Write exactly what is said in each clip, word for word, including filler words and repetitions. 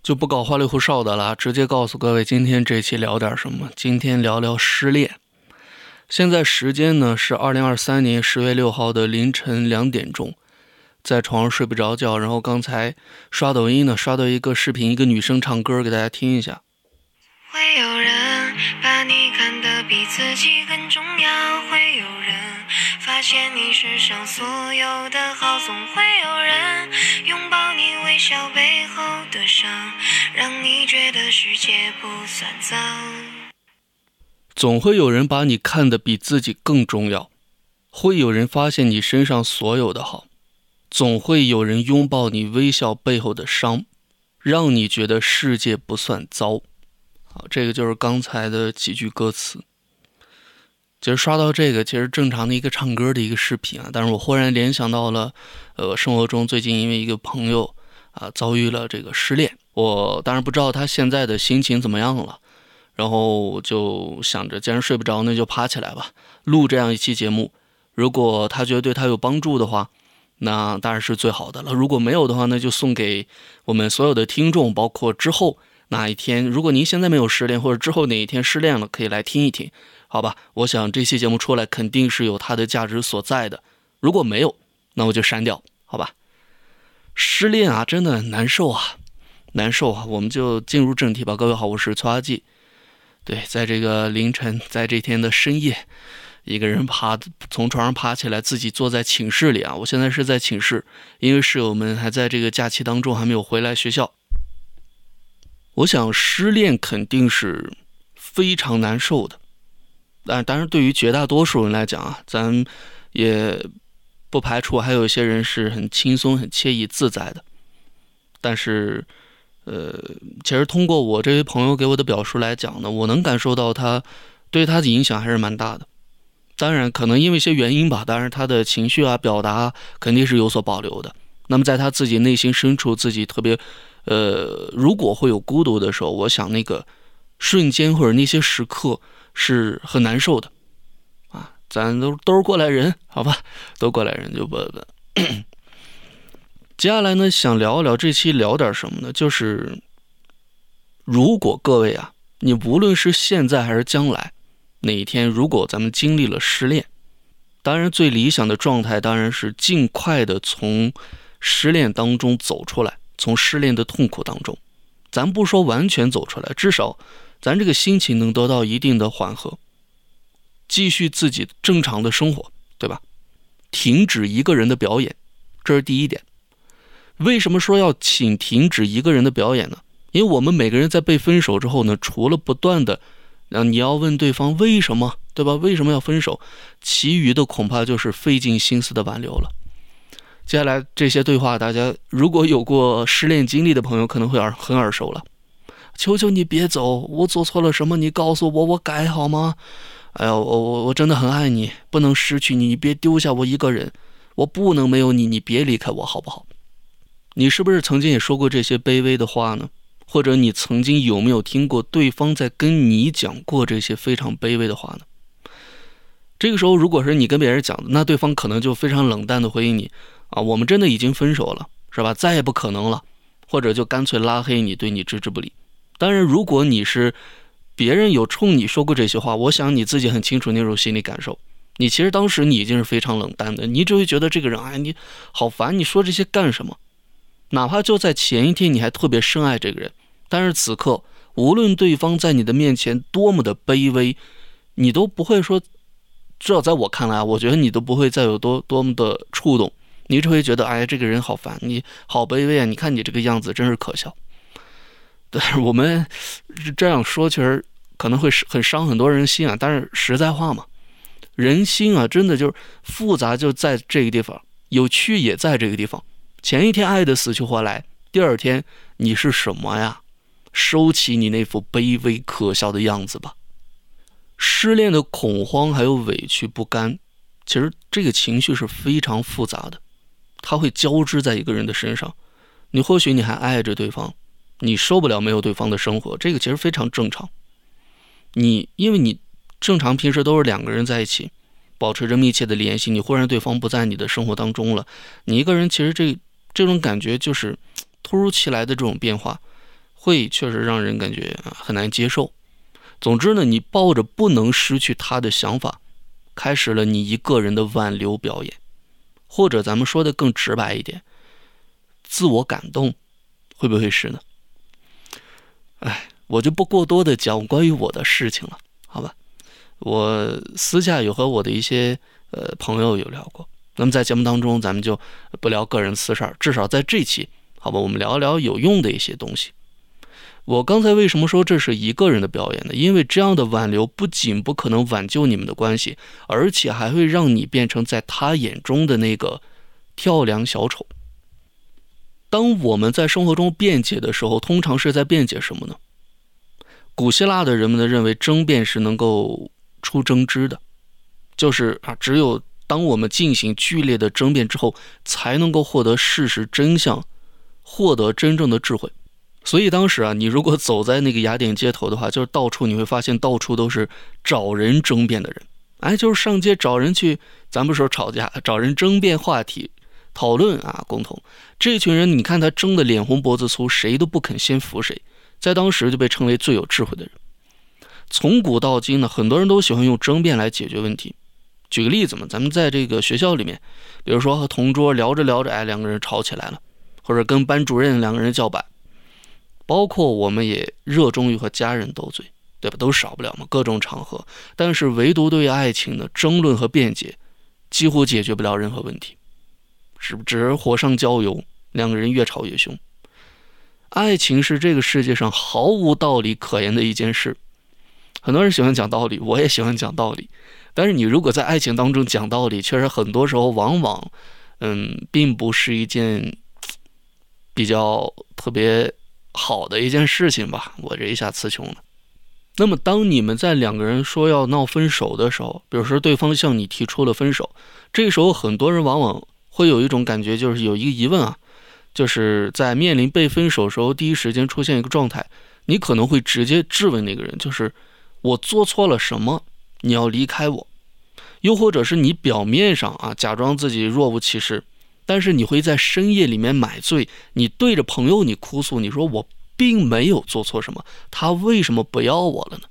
就不搞花里胡哨的了，直接告诉各位今天这期聊点什么。今天聊聊失恋。现在时间呢是二零二三年十月六号的凌晨两点钟，在床上睡不着觉，然后刚才刷抖音呢，刷到一个视频，一个女生唱歌，给大家听一下。 会有人把你看得比自己更重要，会有人发现你身上所有的好，总会有人拥抱你微笑背后的伤，让你觉得世界不算糟。 总会有人把你看得比自己更重要，会有人发现你身上所有的好，总会有人拥抱你微笑背后的伤，让你觉得世界不算糟。好，这个就是刚才的几句歌词。其实刷到这个其实正常的一个唱歌的一个视频啊，但是我忽然联想到了呃，生活中最近因为一个朋友啊遭遇了这个失恋，我当然不知道他现在的心情怎么样了，然后就想着既然睡不着，那就爬起来吧，录这样一期节目。如果他觉得对他有帮助的话，那当然是最好的了，如果没有的话，那就送给我们所有的听众，包括之后哪一天，如果您现在没有失恋，或者之后哪一天失恋了，可以来听一听，好吧？我想这期节目出来肯定是有它的价值所在的，如果没有，那我就删掉，好吧？失恋啊，真的难受啊，难受啊！我们就进入正题吧。各位好，我是崔阿季。对，在这个凌晨，在这天的深夜，一个人爬从床上爬起来，自己坐在寝室里啊。我现在是在寝室，因为室友们还在这个假期当中，还没有回来学校。我想失恋肯定是非常难受的，但当然对于绝大多数人来讲啊，咱也不排除还有一些人是很轻松、很惬意、自在的。但是呃，其实通过我这位朋友给我的表述来讲呢，我能感受到他对他的影响还是蛮大的。当然可能因为一些原因吧，当然他的情绪啊表达肯定是有所保留的。那么在他自己内心深处，自己特别呃，如果会有孤独的时候，我想那个瞬间或者那些时刻是很难受的啊。咱都都是过来人，好吧，都过来人就不不。接下来呢，想聊一聊这期聊点什么呢？就是如果各位啊，你无论是现在还是将来，哪一天如果咱们经历了失恋，当然最理想的状态当然是尽快的从失恋当中走出来，从失恋的痛苦当中，咱不说完全走出来，至少咱这个心情能得到一定的缓和，继续自己正常的生活，对吧？停止一个人的表演，这是第一点。为什么说要请停止一个人的表演呢？因为我们每个人在被分手之后呢，除了不断的你要问对方为什么，对吧？为什么要分手？其余的恐怕就是费尽心思的挽留了。接下来这些对话，大家如果有过失恋经历的朋友可能会耳很耳熟了。求求你别走，我做错了什么？你告诉我，我改好吗？哎呀，我我我真的很爱你，不能失去你，你别丢下我一个人，我不能没有你，你别离开我，好不好？你是不是曾经也说过这些卑微的话呢？或者你曾经有没有听过对方在跟你讲过这些非常卑微的话呢？这个时候如果是你跟别人讲的，那对方可能就非常冷淡的回应你啊，我们真的已经分手了，是吧？再也不可能了，或者就干脆拉黑你，对你置之不理。当然如果你是别人有冲你说过这些话，我想你自己很清楚那种心理感受，你其实当时你已经是非常冷淡的，你只会觉得这个人哎，你好烦，你说这些干什么？哪怕就在前一天你还特别深爱这个人，但是此刻无论对方在你的面前多么的卑微，你都不会说，至少在我看来，我觉得你都不会再有多多么的触动，你只会觉得哎，这个人好烦，你好卑微啊，你看你这个样子真是可笑。但是我们这样说确实可能会很伤很多人心啊，但是实在话嘛，人心啊真的就是复杂，就在这个地方，有趣也在这个地方。前一天爱得死去活来，第二天你是什么呀？收起你那副卑微可笑的样子吧。失恋的恐慌还有委屈不甘，其实这个情绪是非常复杂的，它会交织在一个人的身上。你或许你还爱着对方，你受不了没有对方的生活，这个其实非常正常。你因为你正常平时都是两个人在一起，保持着密切的联系，你忽然对方不在你的生活当中了，你一个人其实这这种感觉就是突如其来的这种变化， 会确实让人感觉很难接受。总之呢，你抱着不能失去他的想法，开始了你一个人的挽留表演，或者咱们说的更直白一点，自我感动，会不会是呢？哎，我就不过多的讲关于我的事情了，好吧？我私下有和我的一些呃朋友有聊过，那么在节目当中咱们就不聊个人私事儿，至少在这期，好吧，我们聊一聊有用的一些东西。我刚才为什么说这是一个人的表演呢？因为这样的挽留不仅不可能挽救你们的关系，而且还会让你变成在他眼中的那个跳梁小丑。当我们在生活中辩解的时候，通常是在辩解什么呢？古希腊的人们呢认为争辩是能够出争执的，就是啊，只有当我们进行剧烈的争辩之后，才能够获得事实真相，获得真正的智慧。所以当时啊，你如果走在那个雅典街头的话，就是到处你会发现到处都是找人争辩的人，哎，就是上街找人去，咱不说吵架，找人争辩话题，讨论啊，共同。这群人你看他争得脸红脖子粗，谁都不肯先服谁，在当时就被称为最有智慧的人。从古到今呢，很多人都喜欢用争辩来解决问题。举个例子嘛，咱们在这个学校里面，比如说和同桌聊着聊着，哎，两个人吵起来了，或者跟班主任两个人叫板。包括我们也热衷于和家人斗嘴，对吧？都少不了嘛，各种场合。但是唯独对于爱情的争论和辩解，几乎解决不了任何问题，只只是火上浇油，两个人越吵越凶。爱情是这个世界上毫无道理可言的一件事。很多人喜欢讲道理，我也喜欢讲道理。但是你如果在爱情当中讲道理，确实很多时候往往，嗯，并不是一件比较特别好的一件事情吧，我这一下词穷了。那么当你们在两个人说要闹分手的时候，比如说对方向你提出了分手，这时候很多人往往会有一种感觉，就是有一个疑问啊，就是在面临被分手的时候，第一时间出现一个状态，你可能会直接质问那个人，就是我做错了什么，你要离开我？又或者是你表面上啊假装自己若无其事，但是你会在深夜里面买醉，你对着朋友你哭诉，你说我并没有做错什么，他为什么不要我了呢？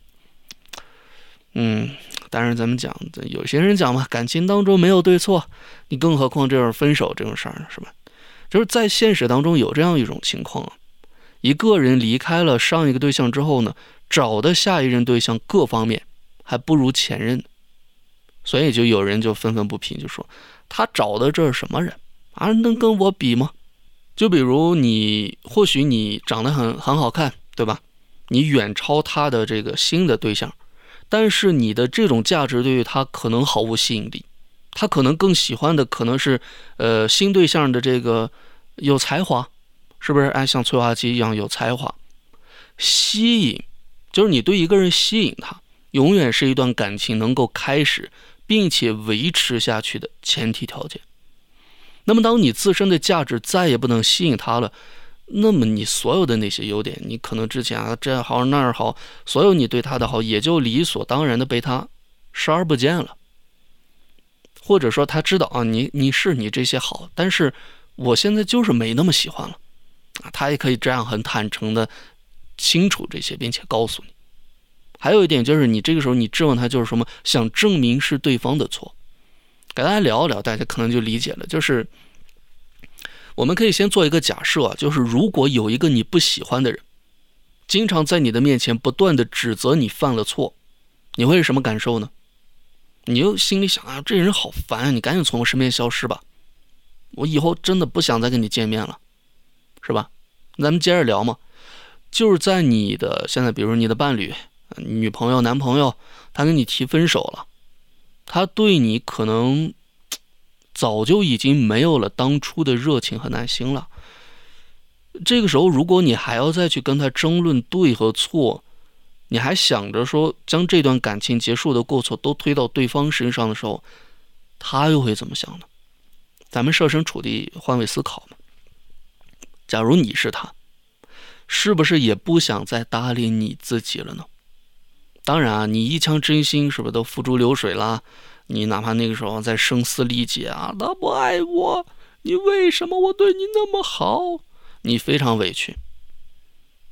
嗯，当然咱们讲，有些人讲嘛，感情当中没有对错，你更何况这种分手这种事儿呢，是吧？就是在现实当中有这样一种情况啊，一个人离开了上一个对象之后呢，找的下一任对象各方面还不如前任，所以就有人就愤愤不平，就说他找的这是什么人啊？能跟我比吗？就比如你，或许你长得很很好看，对吧？你远超他的这个新的对象，但是你的这种价值对于他可能毫无吸引力，他可能更喜欢的可能是呃新对象的这个有才华，是不是？哎，像催化剂一样有才华。吸引就是你对一个人吸引他，永远是一段感情能够开始并且维持下去的前提条件。那么当你自身的价值再也不能吸引他了，那么你所有的那些优点，你可能之前啊这好那儿好，所有你对他的好也就理所当然的被他视而不见了。或者说他知道啊，你你是你这些好，但是我现在就是没那么喜欢了啊，他也可以这样很坦诚的清楚这些，并且告诉你。还有一点就是你这个时候你质问他就是什么，想证明是对方的错。给大家聊一聊，大家可能就理解了。就是我们可以先做一个假设啊，就是如果有一个你不喜欢的人，经常在你的面前不断的指责你犯了错，你会是什么感受呢？你就心里想啊，这人好烦，你赶紧从我身边消失吧，我以后真的不想再跟你见面了，是吧？咱们接着聊嘛，就是在你的现在，比如你的伴侣、女朋友、男朋友，他跟你提分手了。他对你可能早就已经没有了当初的热情和耐心了。这个时候，如果你还要再去跟他争论对和错，你还想着说将这段感情结束的过错都推到对方身上的时候，他又会怎么想呢？咱们设身处地换位思考嘛。假如你是他，是不是也不想再搭理你自己了呢？当然啊，你一腔真心是不是都付诸流水了？你哪怕那个时候在声嘶力竭啊，他不爱我，你为什么我对你那么好？你非常委屈。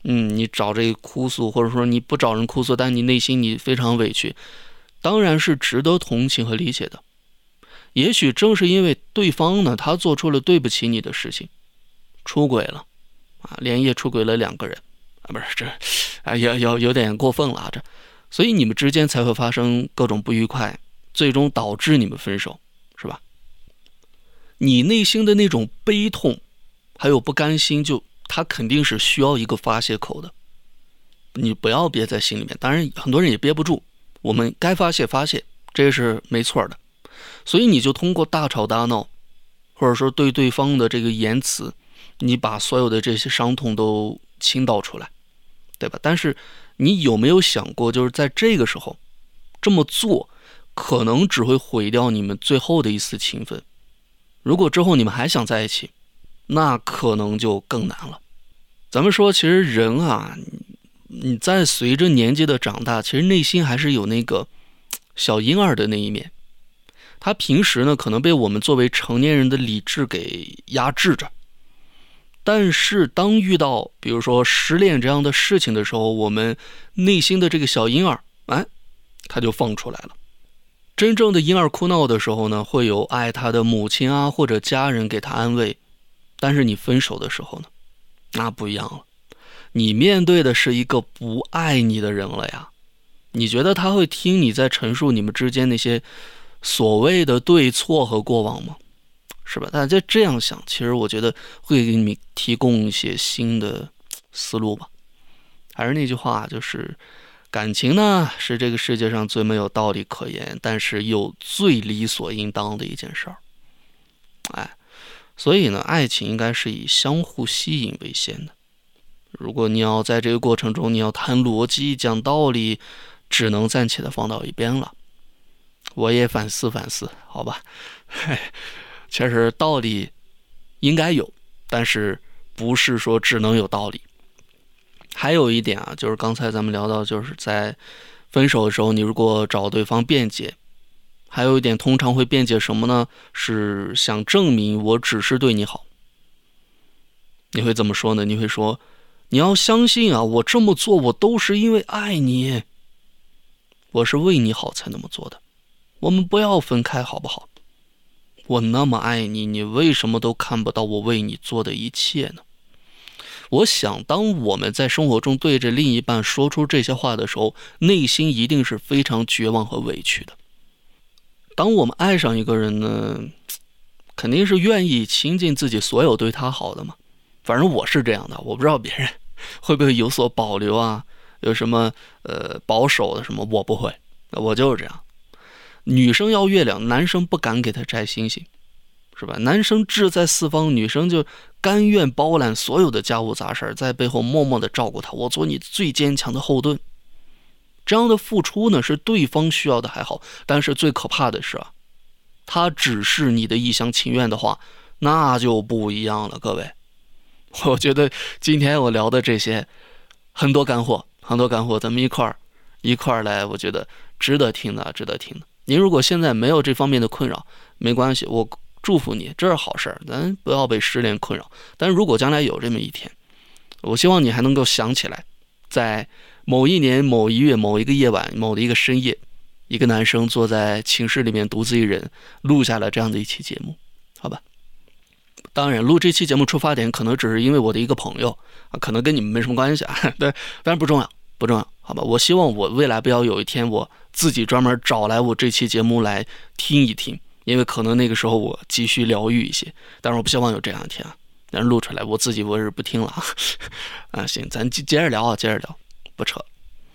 嗯，你找这个哭诉，或者说你不找人哭诉，但你内心你非常委屈，当然是值得同情和理解的。也许正是因为对方呢，他做出了对不起你的事情，出轨了啊，连夜出轨了两个人啊，不是这啊，有有有点过分了啊，这，所以你们之间才会发生各种不愉快，最终导致你们分手，是吧？你内心的那种悲痛，还有不甘心，就他肯定是需要一个发泄口的，你不要憋在心里面。当然，很多人也憋不住，我们该发泄发泄，这是没错的。所以你就通过大吵大闹，或者说对对方的这个言辞，你把所有的这些伤痛都倾倒出来，对吧？但是你有没有想过，就是在这个时候这么做可能只会毁掉你们最后的一丝情分。如果之后你们还想在一起，那可能就更难了。咱们说其实人啊，你在随着年纪的长大，其实内心还是有那个小婴儿的那一面，他平时呢可能被我们作为成年人的理智给压制着，但是当遇到比如说失恋这样的事情的时候，我们内心的这个小婴儿哎，他就放出来了。真正的婴儿哭闹的时候呢，会有爱他的母亲啊或者家人给他安慰，但是你分手的时候呢，那不一样了，你面对的是一个不爱你的人了呀。你觉得他会听你在陈述你们之间那些所谓的对错和过往吗？是吧？大家这样想，其实我觉得会给你们提供一些新的思路吧。还是那句话，就是感情呢是这个世界上最没有道理可言，但是又最理所应当的一件事儿。哎，所以呢，爱情应该是以相互吸引为先的。如果你要在这个过程中你要谈逻辑讲道理，只能暂且的放到一边了。我也反思反思，好吧。确实道理应该有，但是不是说只能有道理。还有一点啊，就是刚才咱们聊到，就是在分手的时候，你如果找对方辩解，还有一点通常会辩解什么呢？是想证明我只是对你好。你会怎么说呢？你会说，你要相信啊，我这么做我都是因为爱你，我是为你好才那么做的，我们不要分开好不好？我那么爱你，你为什么都看不到我为你做的一切呢？我想当我们在生活中对着另一半说出这些话的时候，内心一定是非常绝望和委屈的。当我们爱上一个人呢，肯定是愿意倾尽自己所有对他好的嘛。反正我是这样的，我不知道别人会不会有所保留啊，有什么呃保守的什么，我不会，我就是这样。女生要月亮，男生不敢给她摘星星，是吧？男生志在四方，女生就甘愿包揽所有的家务杂事，在背后默默的照顾她，我做你最坚强的后盾。这样的付出呢，是对方需要的还好，但是最可怕的是啊，他只是你的一厢情愿的话，那就不一样了。各位，我觉得今天我聊的这些很多干货，很多干货，咱们一块儿一块儿来，我觉得值得听的，值得听的。您如果现在没有这方面的困扰，没关系，我祝福你，这是好事儿，咱不要被失恋困扰。但如果将来有这么一天，我希望你还能够想起来，在某一年某一月某一个夜晚某的一个深夜，一个男生坐在寝室里面独自一人录下了这样的一期节目，好吧？当然录这期节目出发点可能只是因为我的一个朋友啊，可能跟你们没什么关系啊，但但是不重要不重要，好吧？我希望我未来不要有一天我自己专门找来我这期节目来听一听，因为可能那个时候我急需疗愈一些，但是我不希望有这样一天啊，但是录出来我自己我是不听了啊。啊，行，咱接着聊啊，接着聊，不扯。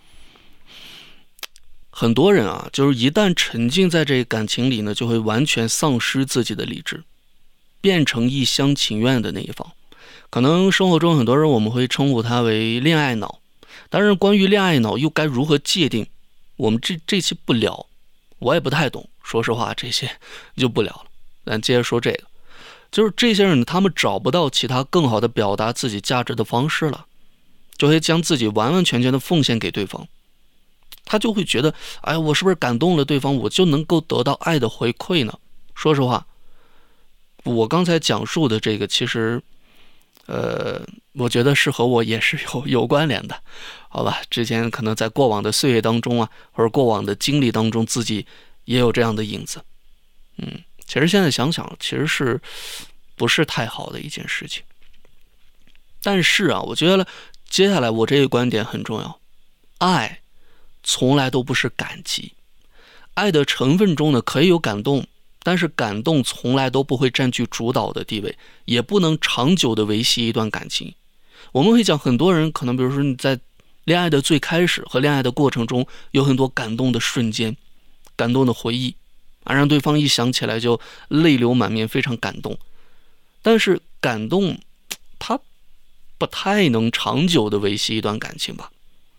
很多人啊，就是一旦沉浸在这个感情里呢，就会完全丧失自己的理智，变成一厢情愿的那一方。可能生活中很多人我们会称呼他为恋爱脑，但是关于恋爱脑又该如何界定，我们这这期不聊，我也不太懂，说实话这些就不聊了。咱接着说这个，就是这些人他们找不到其他更好的表达自己价值的方式了，就会将自己完完全全的奉献给对方。他就会觉得，哎，我是不是感动了对方，我就能够得到爱的回馈呢？说实话，我刚才讲述的这个其实呃，我觉得是和我也是有有关联的，好吧？之前可能在过往的岁月当中啊，或者过往的经历当中，自己也有这样的影子。嗯，其实现在想想，其实是不是太好的一件事情。但是啊，我觉得接下来我这个观点很重要，爱从来都不是感激，爱的成分中呢可以有感动，但是感动从来都不会占据主导的地位，也不能长久的维系一段感情。我们会讲很多人可能比如说你在恋爱的最开始和恋爱的过程中有很多感动的瞬间，感动的回忆啊，让对方一想起来就泪流满面，非常感动。但是感动它不太能长久的维系一段感情吧。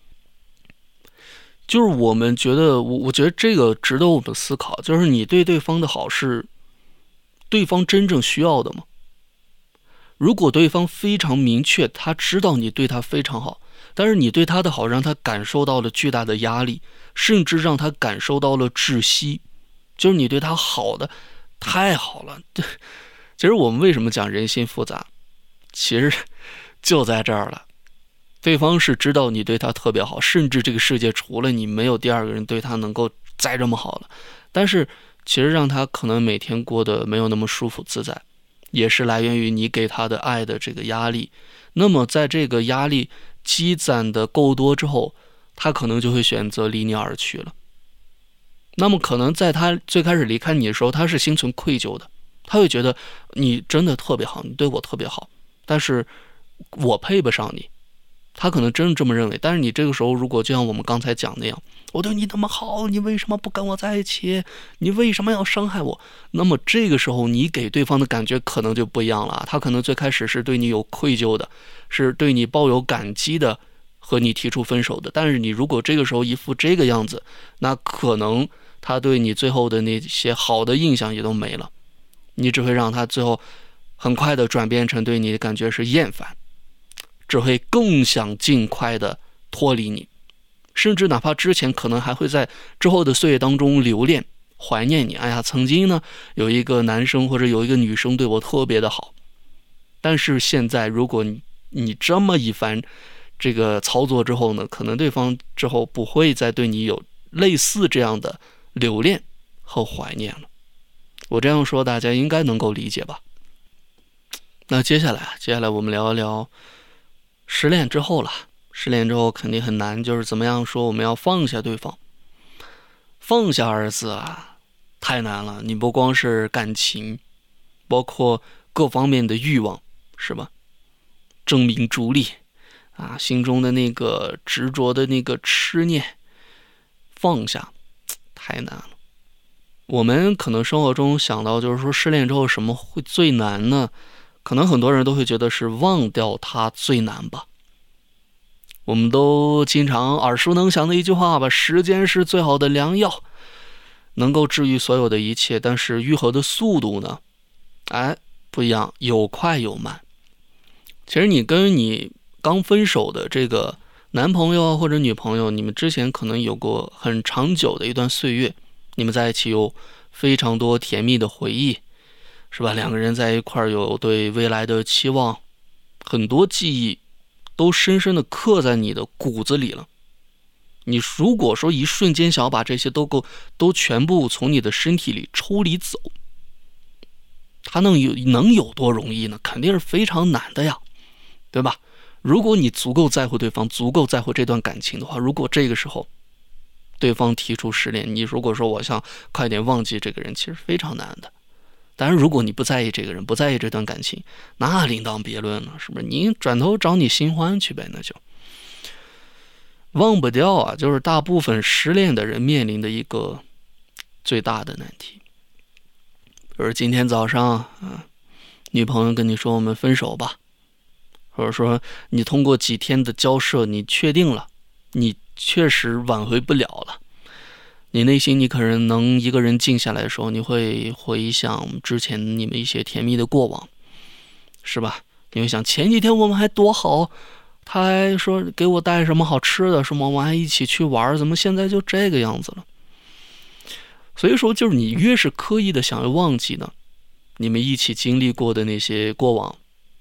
就是我们觉得我我觉得这个值得我们思考，就是你对对方的好是对方真正需要的吗？如果对方非常明确，他知道你对他非常好，但是你对他的好让他感受到了巨大的压力，甚至让他感受到了窒息，就是你对他好的太好了。其实我们为什么讲人心复杂，其实就在这儿了。对方是知道你对他特别好，甚至这个世界除了你没有第二个人对他能够再这么好了，但是其实让他可能每天过得没有那么舒服自在，也是来源于你给他的爱的这个压力。那么在这个压力积攒的够多之后，他可能就会选择离你而去了。那么可能在他最开始离开你的时候，他是心存愧疚的，他会觉得你真的特别好，你对我特别好，但是我配不上你，他可能真的这么认为。但是你这个时候如果就像我们刚才讲那样，我对你那么好，你为什么不跟我在一起，你为什么要伤害我，那么这个时候你给对方的感觉可能就不一样了。他可能最开始是对你有愧疚的，是对你抱有感激的，和你提出分手的。但是你如果这个时候一副这个样子，那可能他对你最后的那些好的印象也都没了，你只会让他最后很快的转变成对你的感觉是厌烦，只会更想尽快的脱离你，甚至哪怕之前可能还会在之后的岁月当中留恋怀念你。哎呀，曾经呢有一个男生或者有一个女生对我特别的好，但是现在如果你你这么一番这个操作之后呢，可能对方之后不会再对你有类似这样的留恋和怀念了。我这样说大家应该能够理解吧。那接下来啊，接下来我们聊一聊失恋之后了。失恋之后肯定很难，就是怎么样说我们要放下对方。放下二字啊，太难了。你不光是感情，包括各方面的欲望，是吧？争名逐利啊，心中的那个执着的那个痴念，放下太难了。我们可能生活中想到就是说失恋之后什么会最难呢？可能很多人都会觉得是忘掉他最难吧。我们都经常耳熟能详的一句话吧，时间是最好的良药，能够治愈所有的一切。但是愈合的速度呢，哎，不一样，有快有慢。其实你跟你刚分手的这个男朋友或者女朋友，你们之前可能有过很长久的一段岁月，你们在一起有非常多甜蜜的回忆，是吧？两个人在一块儿有对未来的期望，很多记忆都深深的刻在你的骨子里了。你如果说一瞬间想要把这些都够都全部从你的身体里抽离走，它能有能有多容易呢？肯定是非常难的呀，对吧？如果你足够在乎对方，足够在乎这段感情的话，如果这个时候对方提出失恋，你如果说我想快点忘记这个人，其实非常难的。当然如果你不在意这个人，不在意这段感情，那另当别论了，是不是？你转头找你新欢去呗，那就忘不掉啊，就是大部分失恋的人面临的一个最大的难题。比如今天早上啊，女朋友跟你说我们分手吧，或者说你通过几天的交涉，你确定了你确实挽回不了了，你内心你可能能一个人静下来的时候，你会回想之前你们一些甜蜜的过往，是吧？你会想前几天我们还多好，他还说给我带什么好吃的，什么我们还一起去玩，怎么现在就这个样子了？所以说就是你越是刻意的想要忘记呢，你们一起经历过的那些过往，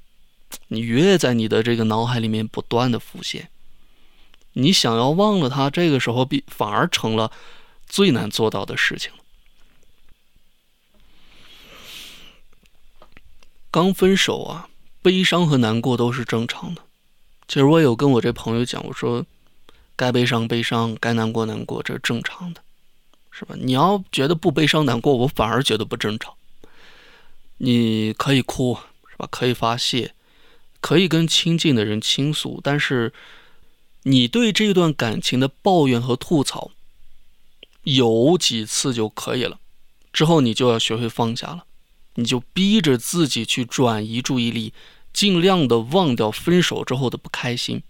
你越在你的这个脑海里面不断的浮现，你想要忘了它，这个时候比反而成了最难做到的事情。刚分手啊，悲伤和难过都是正常的。其实我有跟我这朋友讲，我说该悲伤悲伤，该难过难过，这是正常的，是吧？你要觉得不悲伤难过，我反而觉得不正常。你可以哭，是吧？可以发泄，可以跟亲近的人倾诉，但是你对这段感情的抱怨和吐槽有几次就可以了，之后你就要学会放下了，你就逼着自己去转移注意力，尽量的忘掉分手之后的不开心。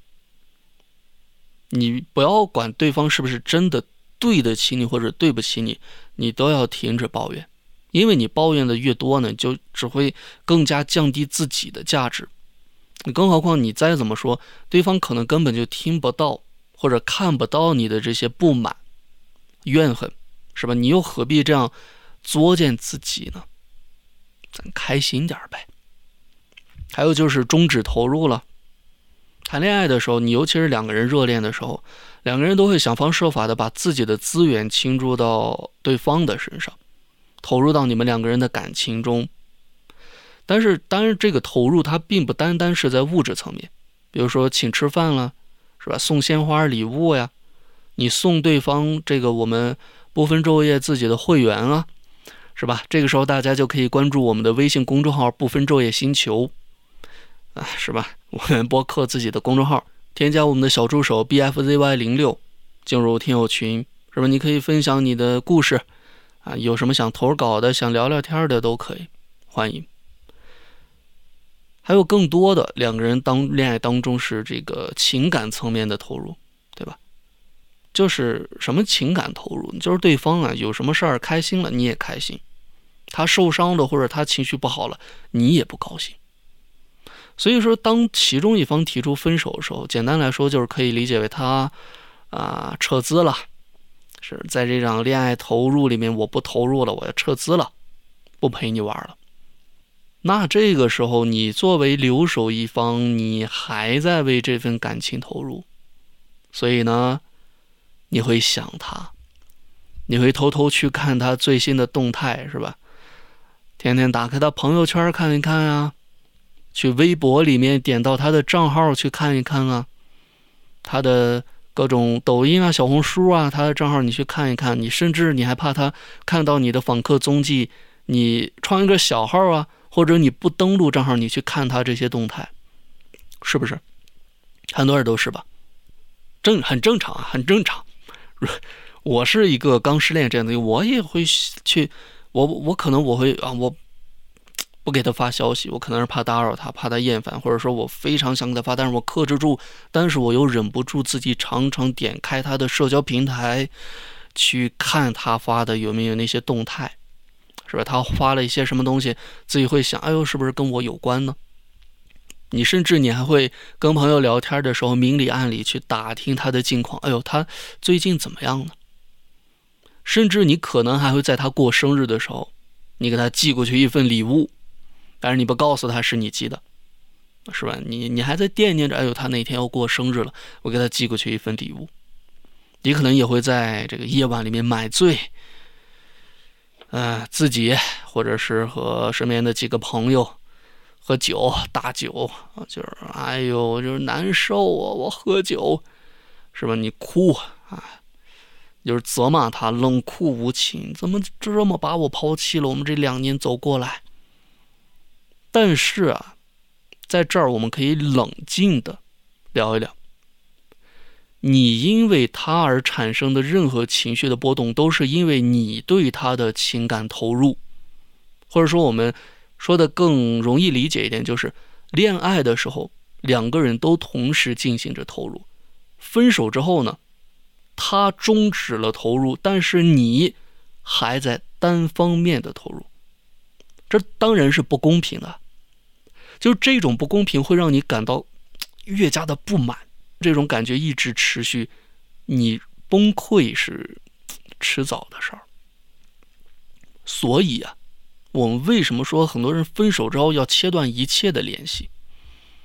你不要管对方是不是真的对得起你或者对不起你，你都要停止抱怨，因为你抱怨的越多呢，就只会更加降低自己的价值。更何况你再怎么说，对方可能根本就听不到或者看不到你的这些不满怨恨，是吧？你又何必这样作践自己呢？咱开心点呗。还有就是终止投入了。谈恋爱的时候，你尤其是两个人热恋的时候，两个人都会想方设法的把自己的资源倾注到对方的身上，投入到你们两个人的感情中。但是当然这个投入它并不单单是在物质层面，比如说请吃饭了，是吧？送鲜花礼物呀，你送对方这个我们不分昼夜自己的会员啊，是吧？这个时候大家就可以关注我们的微信公众号不分昼夜星球啊，是吧？我们播客自己的公众号，添加我们的小助手 B F Z Y 零六， 进入听友群，是吧？你可以分享你的故事啊，有什么想投稿的，想聊聊天的都可以，欢迎。还有更多的两个人当恋爱当中是这个情感层面的投入，对吧？就是什么情感投入，就是对方啊有什么事儿开心了你也开心，他受伤了或者他情绪不好了你也不高兴。所以说当其中一方提出分手的时候，简单来说就是可以理解为他啊、呃、撤资了，是在这场恋爱投入里面我不投入了，我要撤资了，不陪你玩了。那这个时候你作为留守一方，你还在为这份感情投入，所以呢你会想他，你会偷偷去看他最新的动态，是吧？天天打开他朋友圈看一看啊，去微博里面点到他的账号去看一看啊，他的各种抖音啊小红书啊他的账号你去看一看，你甚至你还怕他看到你的访客踪迹，你创一个小号啊，或者你不登录账号你去看他这些动态，是不是？很多人都是吧，正很正常啊，很正常。我是一个刚失恋这样的，我也会去，我我可能我会啊，我不给他发消息，我可能是怕打扰他，怕他厌烦，或者说我非常想给他发，但是我克制住，但是我又忍不住自己常常点开他的社交平台去看他发的有没有那些动态，是吧？他发了一些什么东西，自己会想，哎呦，是不是跟我有关呢？你甚至你还会跟朋友聊天的时候明里暗里去打听他的近况，哎呦，他最近怎么样呢？甚至你可能还会在他过生日的时候，你给他寄过去一份礼物，但是你不告诉他是你寄的，是吧？你你还在惦念着，哎呦，他那天要过生日了，我给他寄过去一份礼物。你可能也会在这个夜晚里面买醉，呃，自己或者是和身边的几个朋友喝酒大酒，就是哎呦就是难受啊，我喝酒，是吧？你哭啊，就是责骂他冷酷无情，怎么这么把我抛弃了，我们这两年走过来。但是啊，在这儿我们可以冷静的聊一聊，你因为他而产生的任何情绪的波动，都是因为你对他的情感投入，或者说我们说的更容易理解一点，就是恋爱的时候两个人都同时进行着投入，分手之后呢，他终止了投入，但是你还在单方面的投入，这当然是不公平的。就是这种不公平会让你感到越加的不满，这种感觉一直持续，你崩溃是迟早的事儿。所以啊，我们为什么说很多人分手之后要切断一切的联系？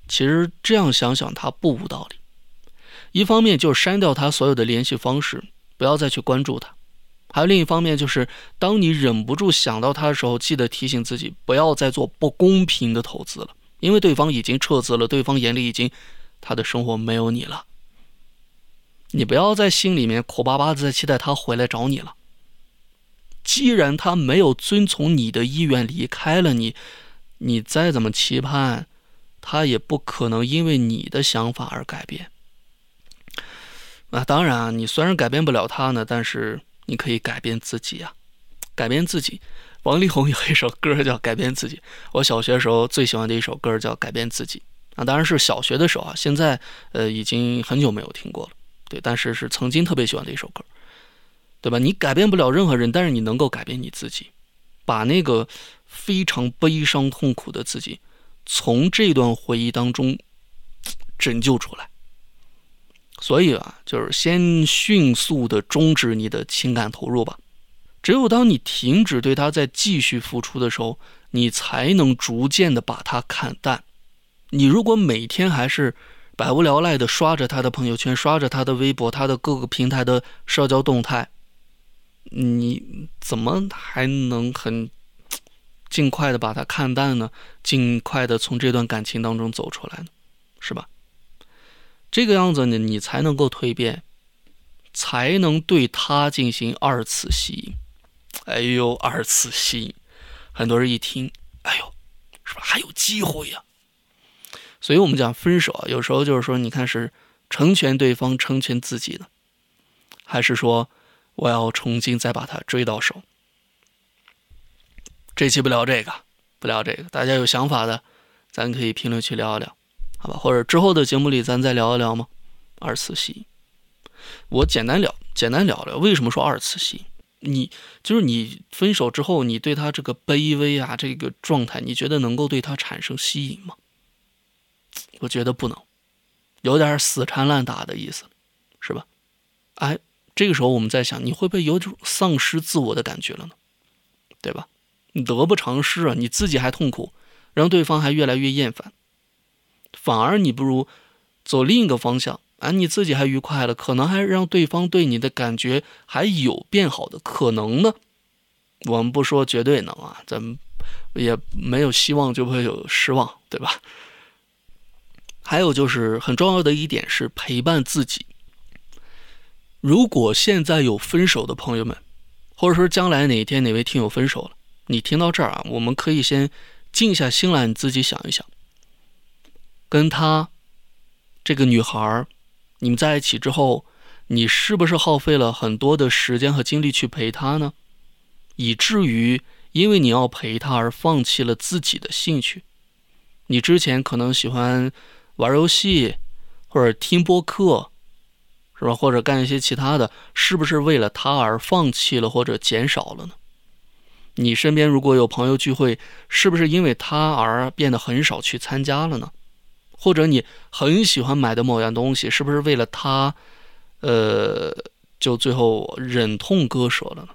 其实这样想想，他不无道理。一方面就是删掉他所有的联系方式，不要再去关注他；还有另一方面就是，当你忍不住想到他的时候，记得提醒自己，不要再做不公平的投资了，因为对方已经撤资了，对方眼里已经他的生活没有你了。你不要在心里面苦巴巴的在期待他回来找你了。既然他没有遵从你的意愿离开了你，你再怎么期盼，他也不可能因为你的想法而改变。啊，当然啊，你虽然改变不了他呢，但是你可以改变自己啊，改变自己。王力宏有一首歌叫《改变自己》，我小学时候最喜欢的一首歌叫《改变自己》啊，当然是小学的时候啊，现在呃已经很久没有听过了，对，但是是曾经特别喜欢的一首歌，对吧？你改变不了任何人，但是你能够改变你自己，把那个非常悲伤痛苦的自己从这段回忆当中拯救出来。所以啊，就是先迅速的终止你的情感投入吧。只有当你停止对他再继续付出的时候，你才能逐渐的把他看淡。你如果每天还是百无聊赖的刷着他的朋友圈，刷着他的微博，他的各个平台的社交动态，你怎么还能很尽快的把他看淡呢？尽快的从这段感情当中走出来呢？是吧？这个样子呢，你才能够蜕变，才能对他进行二次吸引。哎呦，二次吸引，很多人一听，哎呦，是吧？还有机会呀、啊！所以我们讲分手啊，有时候就是说，你看是成全对方，成全自己呢，还是说我要重新再把他追到手？这期不聊这个，不聊这个，大家有想法的，咱可以评论区聊一聊。好吧，或者之后的节目里咱再聊一聊吗？二次吸引，我简单聊，简单聊聊为什么说二次吸引。你就是你分手之后，你对他这个卑微啊，这个状态，你觉得能够对他产生吸引吗？我觉得不能，有点死缠烂打的意思，是吧？哎，这个时候我们在想，你会不会有种丧失自我的感觉了呢？对吧？你得不偿失啊，你自己还痛苦，让对方还越来越厌烦。反而你不如走另一个方向，啊，你自己还愉快了，可能还让对方对你的感觉还有变好的可能呢。我们不说绝对能啊，咱们也没有希望就会有失望，对吧？还有就是很重要的一点是陪伴自己。如果现在有分手的朋友们，或者说将来哪一天哪位听友分手了，你听到这儿啊，我们可以先静下心来，你自己想一想，跟他这个女孩你们在一起之后，你是不是耗费了很多的时间和精力去陪她呢？以至于因为你要陪她而放弃了自己的兴趣。你之前可能喜欢玩游戏，或者听播客，是吧？或者干一些其他的，是不是为了她而放弃了或者减少了呢？你身边如果有朋友聚会，是不是因为她而变得很少去参加了呢？或者你很喜欢买的某样东西，是不是为了他，呃，就最后忍痛割舍了呢？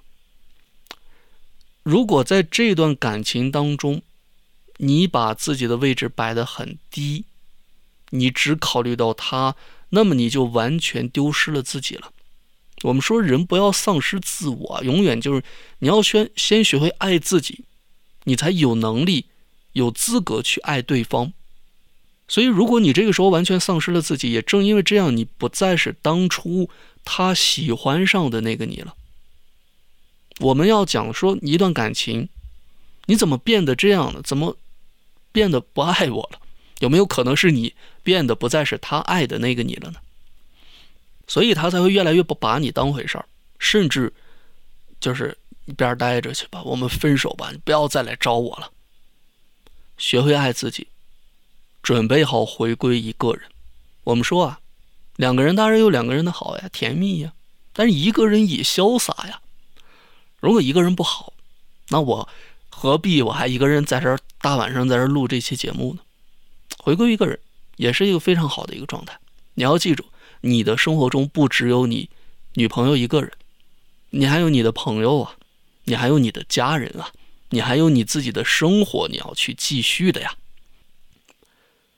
如果在这段感情当中，你把自己的位置摆得很低，你只考虑到他，那么你就完全丢失了自己了。我们说人不要丧失自我，永远就是你要先先学会爱自己，你才有能力、有资格去爱对方。所以如果你这个时候完全丧失了自己，也正因为这样，你不再是当初他喜欢上的那个你了。我们要讲说一段感情，你怎么变得这样了？怎么变得不爱我了？有没有可能是你变得不再是他爱的那个你了呢？所以他才会越来越不把你当回事儿，甚至就是一边待着去吧，我们分手吧，你不要再来找我了。学会爱自己，准备好回归一个人。我们说啊，两个人当然有两个人的好呀，甜蜜呀，但是一个人也潇洒呀。如果一个人不好，那我何必我还一个人在这儿大晚上在这儿录这期节目呢？回归一个人也是一个非常好的一个状态。你要记住，你的生活中不只有你女朋友一个人，你还有你的朋友啊，你还有你的家人啊，你还有你自己的生活你要去继续的呀。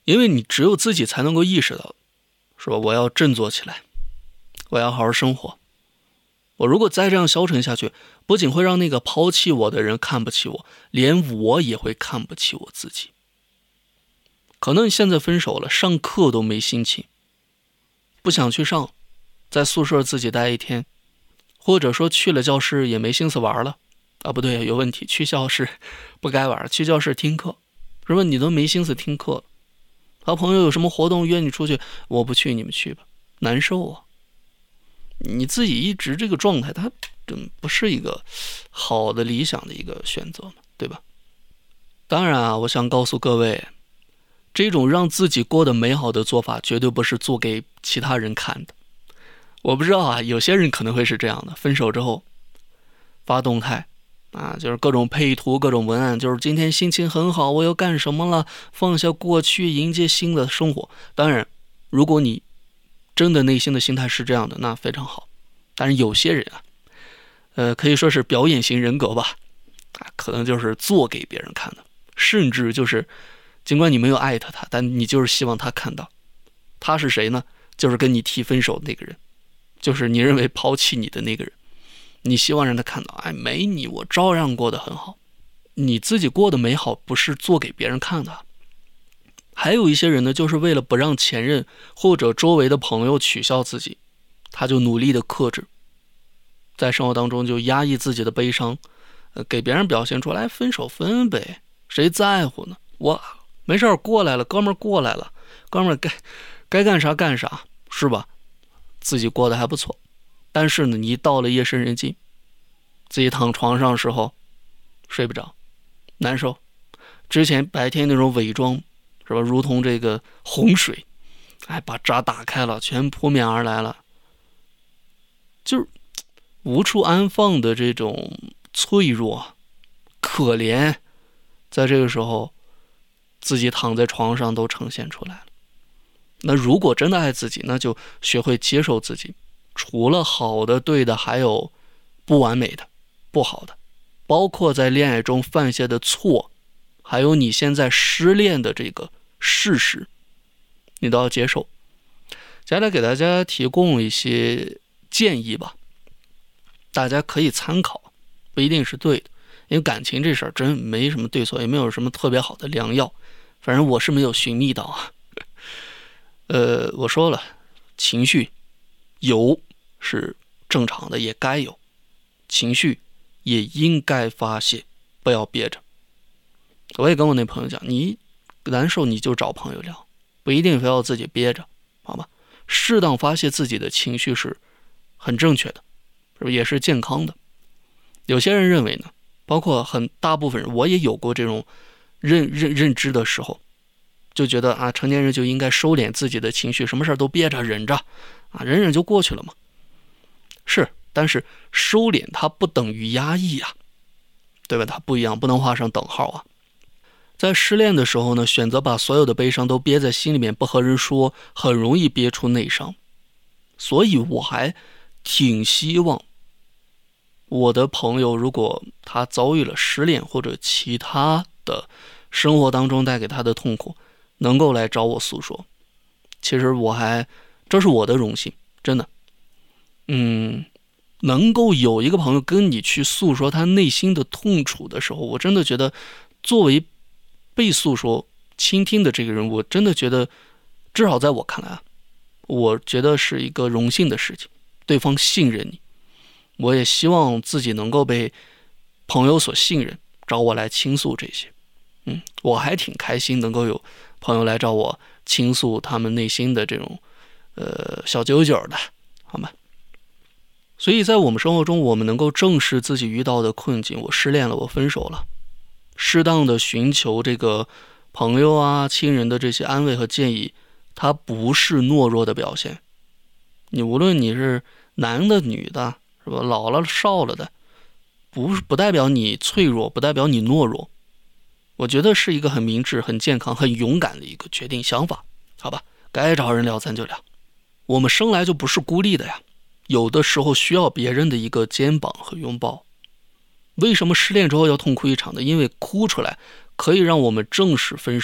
因为你只有自己才能够意识到，是吧？我要振作起来，我要好好生活。我如果再这样消沉下去，不仅会让那个抛弃我的人看不起我，连我也会看不起我自己。可能你现在分手了，上课都没心情，不想去上，在宿舍自己待一天，或者说去了教室也没心思玩了啊，不对，有问题，去教室不该玩，去教室听课，是吧？你都没心思听课，和朋友有什么活动约你出去，我不去，你们去吧，难受啊。你自己一直这个状态，它不是一个好的理想的一个选择嘛，对吧？当然啊，我想告诉各位，这种让自己过得美好的做法绝对不是做给其他人看的。我不知道啊，有些人可能会是这样的，分手之后发动态啊，就是各种配图，各种文案，就是今天心情很好，我要干什么了，放下过去，迎接新的生活。当然，如果你真的内心的心态是这样的，那非常好。但是有些人啊，呃，可以说是表演型人格吧，啊，可能就是做给别人看的，甚至就是尽管你没有艾特他，但你就是希望他看到。他是谁呢？就是跟你提分手的那个人，就是你认为抛弃你的那个人，你希望让他看到，哎，没你我照样过得很好。你自己过得美好不是做给别人看的。还有一些人呢，就是为了不让前任或者周围的朋友取笑自己，他就努力的克制，在生活当中就压抑自己的悲伤，呃，给别人表现出来，分手分呗，谁在乎呢？我没事过来了，哥们儿过来了，哥们儿该该干啥干啥，是吧？自己过得还不错。但是呢，你一到了夜深人静，自己躺床上的时候睡不着，难受。之前白天那种伪装，是吧？如同这个洪水，哎，把闸打开了，全扑面而来了，就是无处安放的这种脆弱、可怜，在这个时候，自己躺在床上都呈现出来了。那如果真的爱自己，那就学会接受自己，除了好的、对的，还有不完美的、不好的，包括在恋爱中犯下的错，还有你现在失恋的这个事实，你都要接受。接下来给大家提供一些建议吧，大家可以参考，不一定是对的，因为感情这事儿真没什么对错，也没有什么特别好的良药，反正我是没有寻觅到啊。呃，我说了，情绪有是正常的，也该有，情绪也应该发泄，不要憋着。我也跟我那朋友讲，你难受你就找朋友聊，不一定非要自己憋着，好吧？适当发泄自己的情绪是很正确的，是不是也是健康的？有些人认为呢，包括很大部分人，我也有过这种认认认知的时候，就觉得啊，成年人就应该收敛自己的情绪，什么事都憋着忍着，啊，忍忍就过去了嘛。是，但是收敛它不等于压抑啊，对吧？它不一样，不能画上等号啊。在失恋的时候呢，选择把所有的悲伤都憋在心里面，不和人说，很容易憋出内伤。所以我还挺希望我的朋友，如果他遭遇了失恋或者其他的生活当中带给他的痛苦，能够来找我诉说。其实我还，这是我的荣幸，真的。嗯，能够有一个朋友跟你去诉说他内心的痛楚的时候，我真的觉得作为被诉说倾听的这个人，我真的觉得至少在我看来啊，我觉得是一个荣幸的事情，对方信任你，我也希望自己能够被朋友所信任，找我来倾诉这些。嗯，我还挺开心能够有朋友来找我倾诉他们内心的这种呃小九九的，好吗？所以在我们生活中，我们能够正视自己遇到的困境，我失恋了，我分手了，适当的寻求这个朋友啊、亲人的这些安慰和建议，它不是懦弱的表现。你无论你是男的、女的，是吧？老了、少了的，不不代表你脆弱，不代表你懦弱。我觉得是一个很明智、很健康、很勇敢的一个决定想法，好吧？该找人聊咱就聊。我们生来就不是孤立的呀，有的时候需要别人的一个肩膀和拥抱。为什么失恋之后要痛哭一场呢？因为哭出来可以让我们正视分手，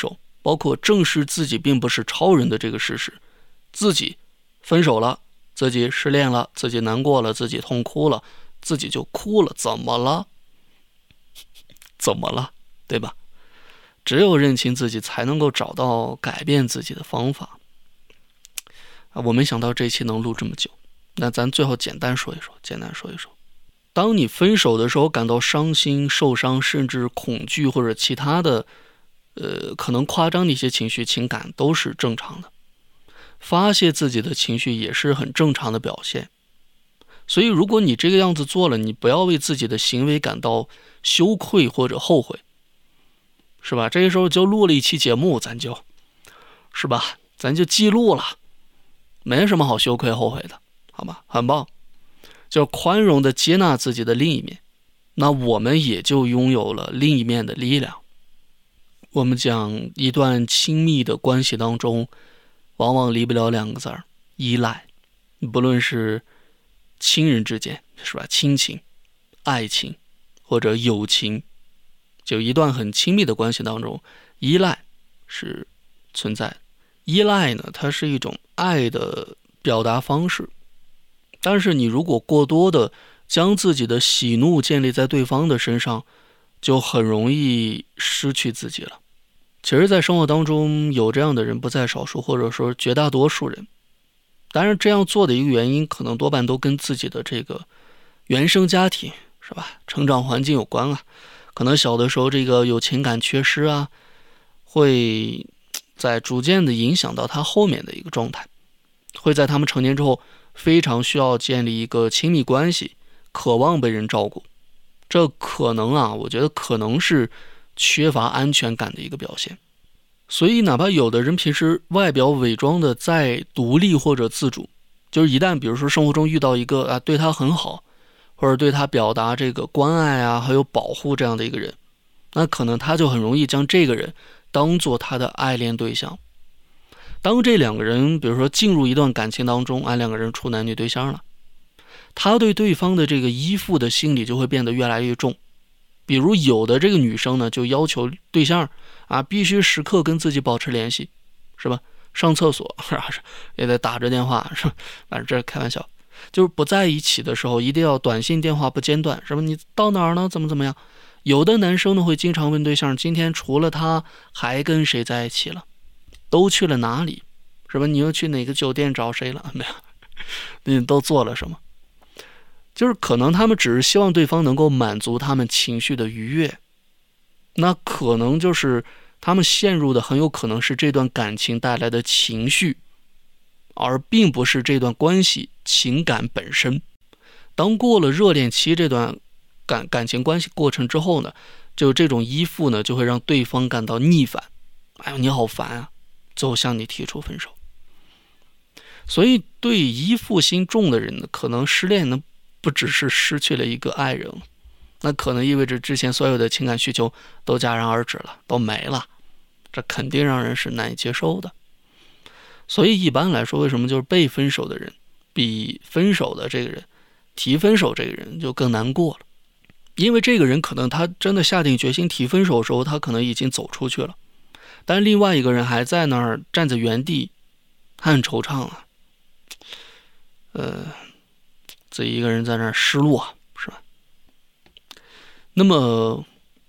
包括正视自己并不是超人的这个事实，自己分手了，自己失恋了，自己难过了，自己痛哭了，自己就哭了，怎么了？怎么了？对吧？只有认清自己，才能够找到改变自己的方法。啊，我没想到这期能录这么久，那咱最后简单说一说，简单说一说。当你分手的时候感到伤心、受伤，甚至恐惧或者其他的呃，可能夸张的一些情绪情感都是正常的，发泄自己的情绪也是很正常的表现。所以如果你这个样子做了，你不要为自己的行为感到羞愧或者后悔，是吧？这个时候就录了一期节目，咱就是吧，咱就记录了，没什么好羞愧后悔的，好吧？很棒，就是宽容的接纳自己的另一面，那我们也就拥有了另一面的力量。我们讲一段亲密的关系当中，往往离不了两个字儿：依赖。不论是亲人之间，是吧？亲情、爱情或者友情，就一段很亲密的关系当中，依赖是存在的。依赖呢，它是一种爱的表达方式，但是你如果过多的将自己的喜怒建立在对方的身上，就很容易失去自己了。其实在生活当中有这样的人不在少数，或者说绝大多数人。当然这样做的一个原因可能多半都跟自己的这个原生家庭，是吧？成长环境有关啊。可能小的时候这个有情感缺失啊，会在逐渐的影响到他后面的一个状态，会在他们成年之后非常需要建立一个亲密关系，渴望被人照顾。这可能啊，我觉得可能是缺乏安全感的一个表现。所以哪怕有的人平时外表伪装的再独立或者自主，就是一旦比如说生活中遇到一个啊对他很好，或者对他表达这个关爱啊还有保护这样的一个人，那可能他就很容易将这个人当做他的爱恋对象。当这两个人比如说进入一段感情当中，啊两个人处男女对象了，他对对方的这个依附的心理就会变得越来越重。比如有的这个女生呢，就要求对象啊必须时刻跟自己保持联系，是吧？上厕所是吧，也得打着电话，是吧？反正这是开玩笑，就是不在一起的时候一定要短信电话不间断，什么你到哪儿呢？怎么怎么样？有的男生呢会经常问对象，今天除了他还跟谁在一起了？都去了哪里？是吧？你又去哪个酒店找谁了？没有，你都做了什么？就是可能他们只是希望对方能够满足他们情绪的愉悦，那可能就是他们陷入的很有可能是这段感情带来的情绪，而并不是这段关系情感本身。当过了热恋期这段感感情关系过程之后呢，就这种依附呢就会让对方感到逆反，哎呦你好烦啊，最后向你提出分手。所以对依附心重的人呢，可能失恋呢不只是失去了一个爱人，那可能意味着之前所有的情感需求都戛然而止了，都没了，这肯定让人是难以接受的。所以一般来说，为什么就是被分手的人比分手的这个人提分手这个人就更难过了？因为这个人可能他真的下定决心提分手的时候，他可能已经走出去了，但另外一个人还在那儿站在原地，他很惆怅啊，呃自己一个人在那儿失落，是吧？那么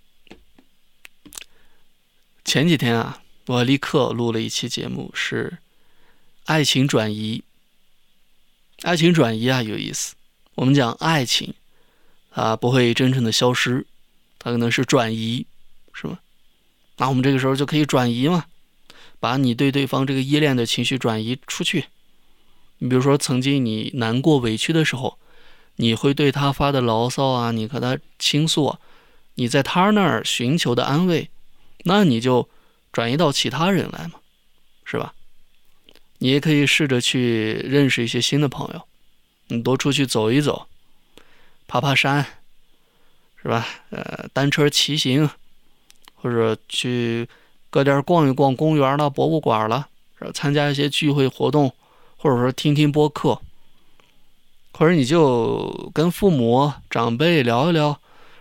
前几天啊，我立刻录了一期节目，是爱情转移。爱情转移啊，有意思。我们讲爱情啊，不会真正的消失，它可能是转移，是吗？那我们这个时候就可以转移嘛，把你对对方这个依恋的情绪转移出去。你比如说曾经你难过委屈的时候，你会对他发的牢骚啊，你和他倾诉啊，你在他那儿寻求的安慰，那你就转移到其他人来嘛，是吧？你也可以试着去认识一些新的朋友，你多出去走一走，爬爬山，是吧？呃，单车骑行，或者去各地逛一逛公园了、博物馆了，参加一些聚会活动，或者说听听播客，或者你就跟父母长辈聊一聊，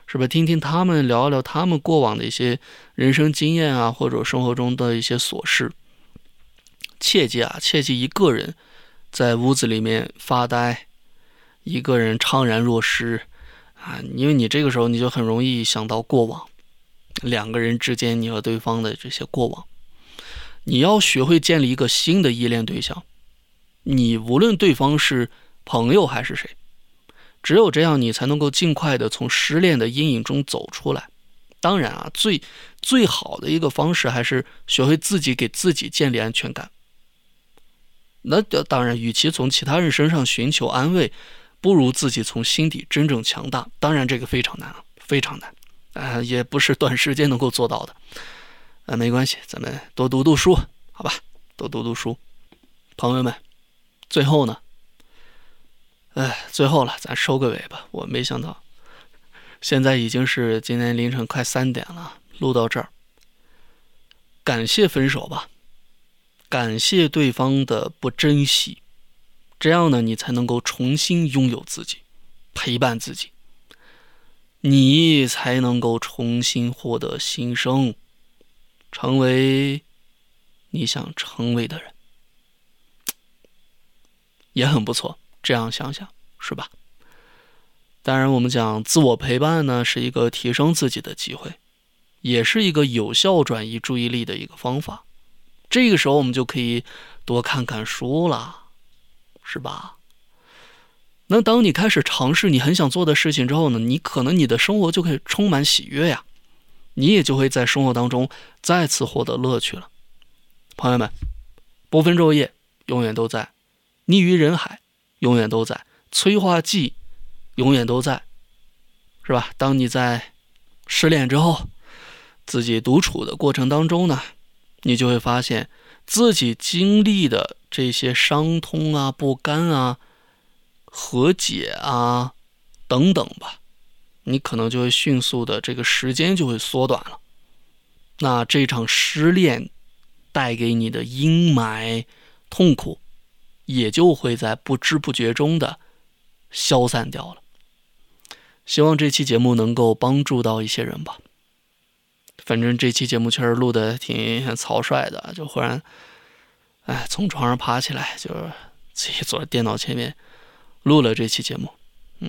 是吧？听听他们聊聊他们过往的一些人生经验啊，或者生活中的一些琐事。切记啊，切记一个人在屋子里面发呆，一个人怅然若失啊，因为你这个时候你就很容易想到过往，两个人之间你和对方的这些过往。你要学会建立一个新的依恋对象，你无论对方是朋友还是谁，只有这样你才能够尽快的从失恋的阴影中走出来。当然啊，最最好的一个方式还是学会自己给自己建立安全感。那当然，与其从其他人身上寻求安慰，不如自己从心底真正强大。当然这个非常难啊，非常难，呃，也不是短时间能够做到的。呃，没关系，咱们多读读书，好吧？多读读书。朋友们，最后呢，哎，最后了，咱收个尾吧。我没想到，现在已经是今天凌晨快三点了，录到这儿。感谢分手吧，感谢对方的不珍惜，这样呢，你才能够重新拥有自己，陪伴自己，你才能够重新获得新生，成为你想成为的人，也很不错。这样想想，是吧？当然，我们讲自我陪伴呢，是一个提升自己的机会，也是一个有效转移注意力的一个方法。这个时候我们就可以多看看书了，是吧？那当你开始尝试你很想做的事情之后呢，你可能你的生活就可以充满喜悦呀，你也就会在生活当中再次获得乐趣了。朋友们，不分昼夜永远都在，溺于人海永远都在，催化剂永远都在，是吧？当你在失恋之后，自己独处的过程当中呢，你就会发现自己经历的这些伤痛啊、不甘啊、和解啊等等吧，你可能就会迅速的这个时间就会缩短了。那这场失恋带给你的阴霾、痛苦，也就会在不知不觉中的消散掉了。希望这期节目能够帮助到一些人吧。反正这期节目确实录的挺草率的，就忽然哎从床上爬起来，就是自己坐在电脑前面录了这期节目。嗯，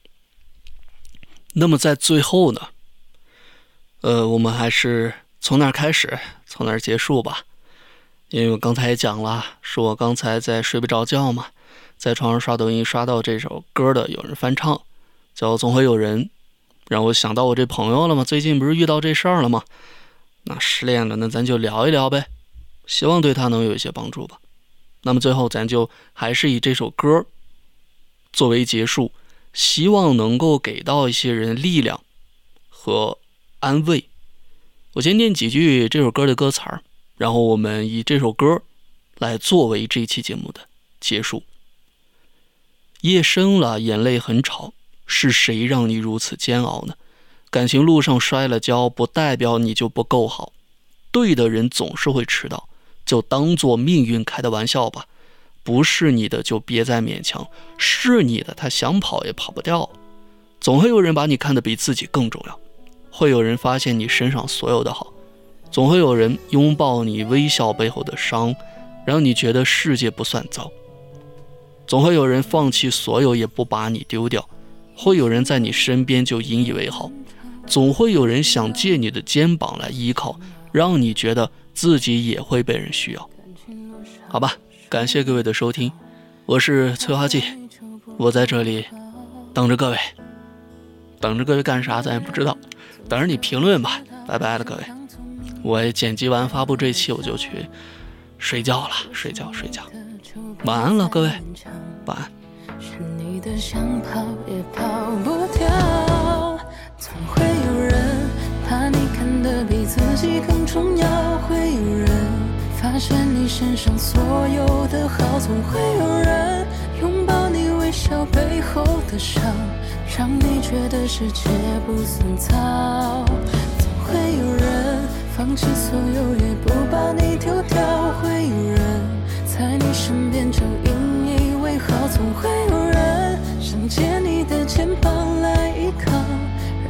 那么在最后呢，呃，我们还是从哪儿开始，从哪儿结束吧。因为我刚才也讲了，是我刚才在睡不着觉嘛，在床上刷抖音刷到这首歌的有人翻唱，叫《总会有人》，让我想到我这朋友了嘛，最近不是遇到这事儿了吗？那失恋了，那咱就聊一聊呗，希望对他能有一些帮助吧。那么最后咱就还是以这首歌作为结束，希望能够给到一些人力量和安慰。我先念几句这首歌的歌词儿，然后我们以这首歌来作为这期节目的结束。夜深了，眼泪很吵，是谁让你如此煎熬呢？感情路上摔了跤，不代表你就不够好。对的人总是会迟到，就当作命运开的玩笑吧。不是你的就别再勉强，是你的他想跑也跑不掉。总会有人把你看得比自己更重要，会有人发现你身上所有的好，总会有人拥抱你微笑背后的伤，让你觉得世界不算糟。总会有人放弃所有也不把你丢掉，会有人在你身边就引以为豪，总会有人想借你的肩膀来依靠，让你觉得自己也会被人需要。好吧，感谢各位的收听，我是催化剂，我在这里等着各位。等着各位干啥咱也不知道，等着你评论吧。拜拜了各位，我剪辑完发布这期我就去睡觉了，睡觉睡觉，晚安了各位，晚安。 是你的想跑也跑不掉，总会有人把你看得比自己更重要，会有人发现你身上所有的好，总会有人拥抱你微笑背后的伤，让你觉得世界不算糟。总会有人放弃所有也不把你丢掉，会有人在你身边就引以为豪，总会有人想借你的肩膀来依靠，让你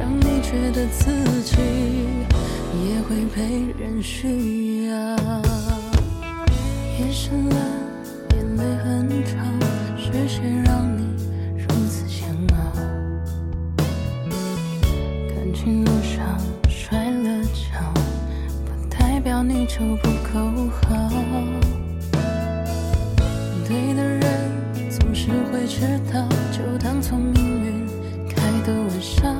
觉得自己也会被人需要。夜深了，眼泪很长，是谁让你如此煎熬？感情路上摔了跤，不代表你就不够好。对的人总是会知道，就当作命运开的玩笑。